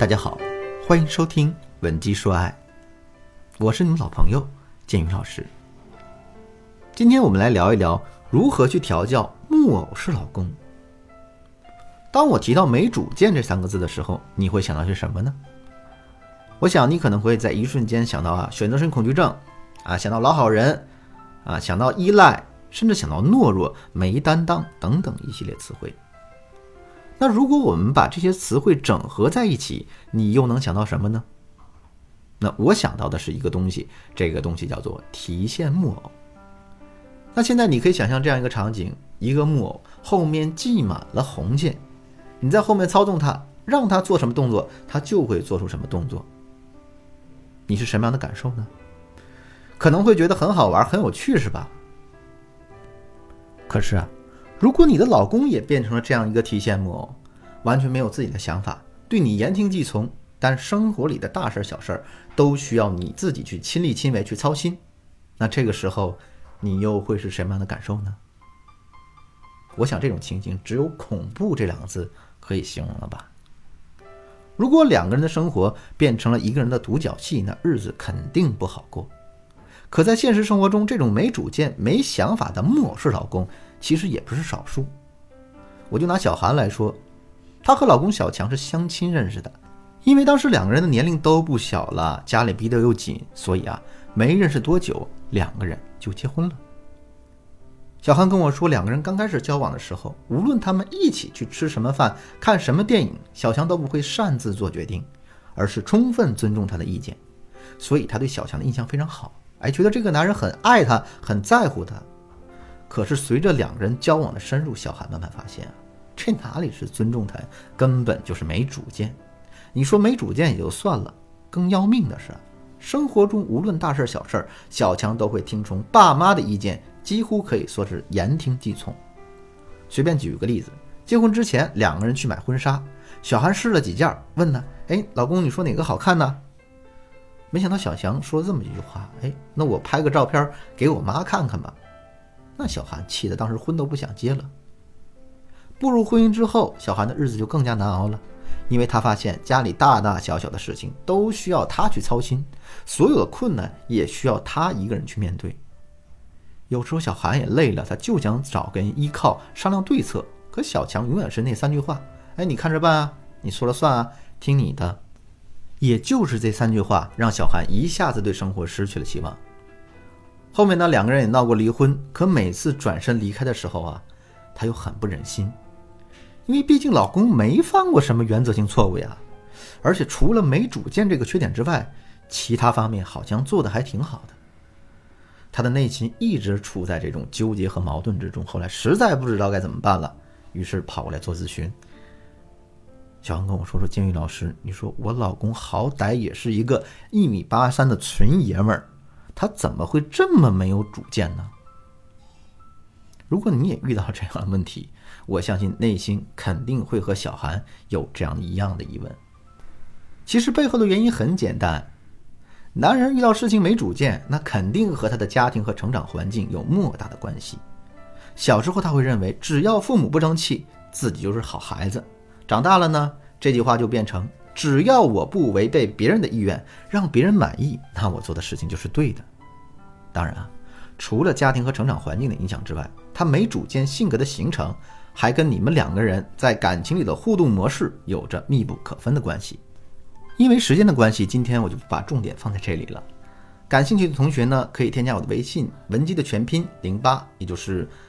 大家好，欢迎收听文姬说爱，我是你们老朋友建宇老师。今天我们来聊一聊如何去调教木偶式老公。当我提到没主见这3个字的时候，你会想到些什么呢？我想你可能会在一瞬间想到选择性恐惧症想到老好人想到依赖，甚至想到懦弱、没担当等等一系列词汇。那如果我们把这些词汇整合在一起，你又能想到什么呢？那我想到的是一个东西，这个东西叫做提线木偶。那现在你可以想象这样一个场景，一个木偶后面系满了红线，你在后面操纵它，让它做什么动作，它就会做出什么动作。你是什么样的感受呢？可能会觉得很好玩，很有趣，是吧？可是如果你的老公也变成了这样一个提线木偶，完全没有自己的想法，对你言听计从，但生活里的大事小事都需要你自己去亲力亲为去操心，那这个时候你又会是什么样的感受呢？我想这种情形只有恐怖这2个字可以形容了吧。如果2个人的生活变成了一个人的独角戏，那日子肯定不好过。可在现实生活中，这种没主见没想法的木偶式老公其实也不是少数。我就拿小韩来说，她和老公小强是相亲认识的，因为当时2个人的年龄都不小了，家里逼得又紧，所以没认识多久2个人就结婚了。小韩跟我说，2个人刚开始交往的时候，无论他们一起去吃什么饭，看什么电影，小强都不会擅自做决定，而是充分尊重他的意见，所以他对小强的印象非常好，觉得这个男人很爱他，很在乎他。可是随着2个人交往的深入，小韩慢慢发现这哪里是尊重他，根本就是没主见。你说没主见也就算了，更要命的是，生活中无论大事小事，小强都会听从爸妈的意见，几乎可以说是言听计从。随便举个例子，结婚之前2个人去买婚纱，小韩试了几件，问呢，老公你说哪个好看呢？没想到小强说了这么一句话，那我拍个照片给我妈看看吧。那小韩气得当时婚都不想结了。步入婚姻之后，小韩的日子就更加难熬了，因为他发现家里大大小小的事情都需要他去操心，所有的困难也需要他一个人去面对。有时候小韩也累了，他就想找个人依靠商量对策，可小强永远是那3句话，你看着办你说了算听你的。也就是这3句话让小韩一下子对生活失去了希望。后面呢，2个人也闹过离婚，可每次转身离开的时候他又很不忍心，因为毕竟老公没犯过什么原则性错误呀，而且除了没主见这个缺点之外，其他方面好像做得还挺好的。他的内心一直处在这种纠结和矛盾之中，后来实在不知道该怎么办了，于是跑过来做咨询。小韩跟我说建宇老师，你说我老公好歹也是一个1.83米的纯爷们儿，他怎么会这么没有主见呢？如果你也遇到这样的问题，我相信内心肯定会和小韩有这样一样的疑问。其实背后的原因很简单，男人遇到事情没主见，那肯定和他的家庭和成长环境有莫大的关系。小时候他会认为只要父母不争气，自己就是好孩子，长大了呢，这句话就变成只要我不违背别人的意愿，让别人满意，那我做的事情就是对的。当然除了家庭和成长环境的影响之外，他没主见性格的形成还跟你们2个人在感情里的互动模式有着密不可分的关系。因为时间的关系，今天我就不把重点放在这里了。感兴趣的同学呢，可以添加我的微信文姬的全拼08，也就是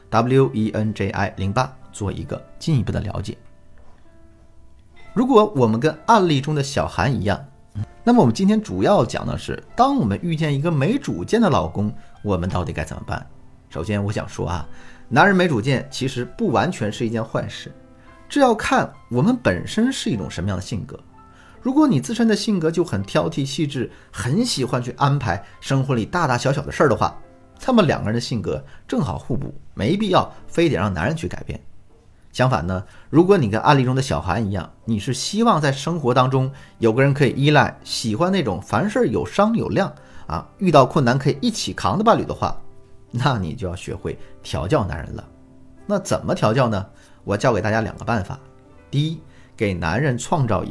WENJI08， 做一个进一步的了解。如果我们跟案例中的小韩一样，那么我们今天主要讲的是，当我们遇见一个没主见的老公，我们到底该怎么办？首先我想说男人没主见其实不完全是一件坏事，这要看我们本身是一种什么样的性格。如果你自身的性格就很挑剔细致，很喜欢去安排生活里大大小小的事的话，那么2个人的性格正好互补，没必要非得让男人去改变。相反呢，如果你跟案例中的小韩一样，你是希望在生活当中有个人可以依赖，喜欢那种凡事有商有量遇到困难可以一起扛的伴侣的话，那你就要学会调教男人了。那怎么调教呢？我教给大家2个办法。第一，给男人创造一个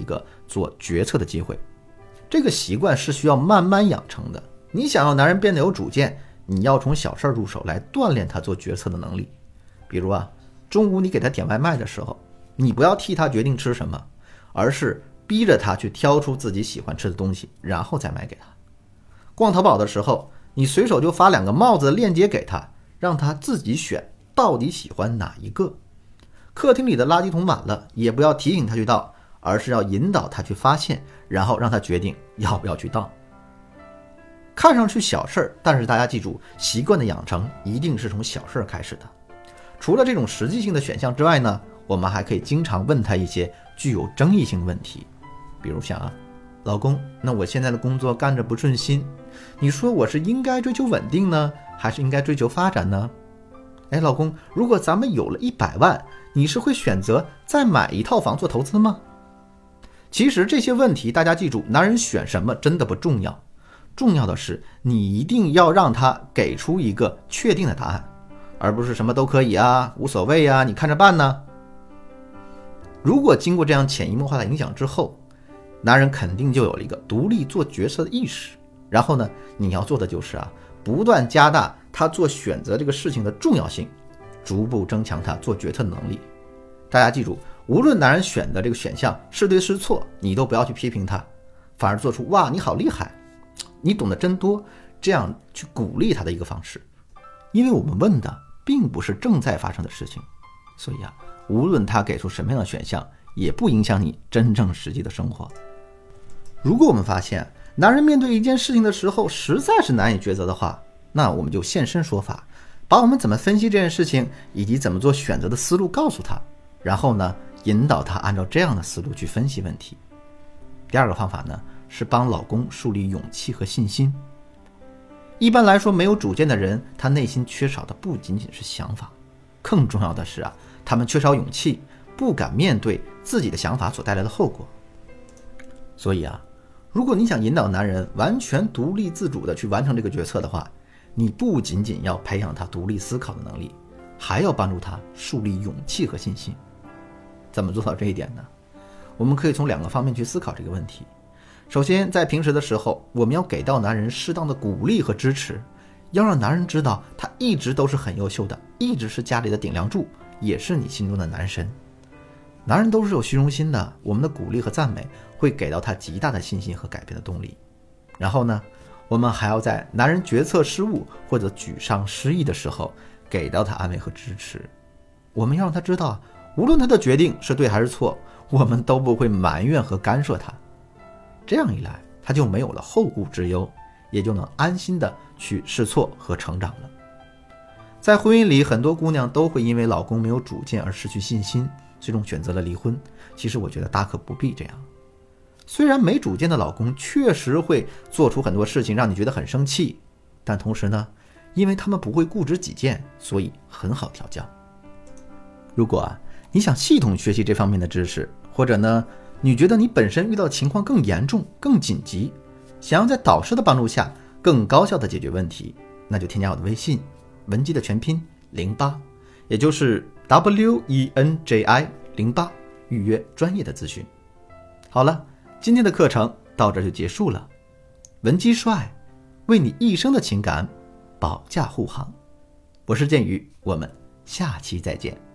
做决策的机会。这个习惯是需要慢慢养成的。你想要男人变得有主见，你要从小事入手来锻炼他做决策的能力。比如中午你给他点外卖的时候，你不要替他决定吃什么，而是逼着他去挑出自己喜欢吃的东西，然后再买给他。逛淘宝的时候，你随手就发2个帽子的链接给他，让他自己选到底喜欢哪一个。客厅里的垃圾桶满了，也不要提醒他去倒，而是要引导他去发现，然后让他决定要不要去倒。看上去小事，但是大家记住，习惯的养成一定是从小事开始的。除了这种实际性的选项之外呢，我们还可以经常问他一些具有争议性的问题。比如像老公，那我现在的工作干着不顺心，你说我是应该追求稳定呢，还是应该追求发展呢？老公，如果咱们有了100万，你是会选择再买一套房做投资吗？其实这些问题大家记住，男人选什么真的不重要，重要的是你一定要让他给出一个确定的答案，而不是什么都可以无所谓你看着办呢。如果经过这样潜移默化的影响之后，男人肯定就有了一个独立做决策的意识。然后呢，你要做的就是不断加大他做选择这个事情的重要性，逐步增强他做决策的能力。大家记住，无论男人选的这个选项是对是错，你都不要去批评他，反而做出哇你好厉害，你懂得真多，这样去鼓励他的一个方式。因为我们问的并不是正在发生的事情，所以无论他给出什么样的选项，也不影响你真正实际的生活。如果我们发现男人面对一件事情的时候实在是难以抉择的话，那我们就现身说法，把我们怎么分析这件事情以及怎么做选择的思路告诉他，然后呢，引导他按照这样的思路去分析问题。第二个方法呢，是帮老公树立勇气和信心。一般来说，没有主见的人，他内心缺少的不仅仅是想法，更重要的是他们缺少勇气，不敢面对自己的想法所带来的后果。所以如果你想引导男人完全独立自主的去完成这个决策的话，你不仅仅要培养他独立思考的能力，还要帮助他树立勇气和信心。怎么做到这一点呢？我们可以从2个方面去思考这个问题。首先，在平时的时候，我们要给到男人适当的鼓励和支持，要让男人知道他一直都是很优秀的，一直是家里的顶梁柱，也是你心中的男神。男人都是有虚荣心的，我们的鼓励和赞美会给到他极大的信心和改变的动力。然后呢，我们还要在男人决策失误或者沮丧失意的时候，给到他安慰和支持。我们要让他知道，无论他的决定是对还是错，我们都不会埋怨和干涉他。这样一来，他就没有了后顾之忧，也就能安心的去试错和成长了。在婚姻里，很多姑娘都会因为老公没有主见而失去信心，最终选择了离婚。其实我觉得大可不必这样。虽然没主见的老公确实会做出很多事情让你觉得很生气，但同时呢，因为他们不会固执己见，所以很好调教。如果你想系统学习这方面的知识，或者呢，你觉得你本身遇到的情况更严重、更紧急，想要在导师的帮助下更高效的解决问题，那就添加我的微信文姬的全拼08，也就是 WENJI08，预约专业的咨询。好了，今天的课程到这就结束了。文姬说爱，为你一生的情感保驾护航。我是建宇，我们下期再见。